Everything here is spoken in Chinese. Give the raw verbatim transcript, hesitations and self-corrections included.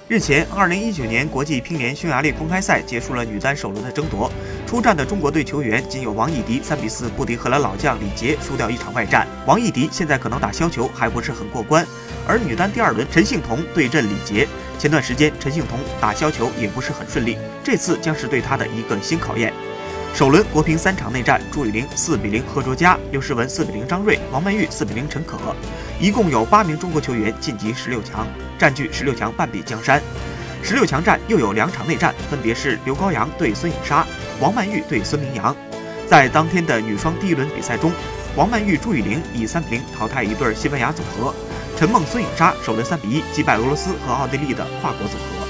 日前，二零一九年国际乒联匈牙利公开赛结束了女单首轮的争夺。出战的中国队球员仅有王艺迪三比四不敌荷兰老将李杰，输掉一场外战。王艺迪现在可能打削球还不是很过关。而女单第二轮，陈幸同对阵李杰。前段时间，陈幸同打削球也不是很顺利，这次将是对她的一个新考验。首轮国乒三场内战，朱雨玲四比零何卓佳，刘诗雯四比零张睿，王曼玉四比零陈可，一共有八名中国球员晋级十六强，占据十六强半壁江山。十六强战又有两场内战，分别是刘高阳对孙颖莎，王曼玉对孙铭阳。在当天的女双第一轮比赛中，王曼玉、朱雨玲以三比零淘汰一对西班牙组合，陈梦、孙颖莎首轮三比一击败俄罗斯和奥地利的跨国组合。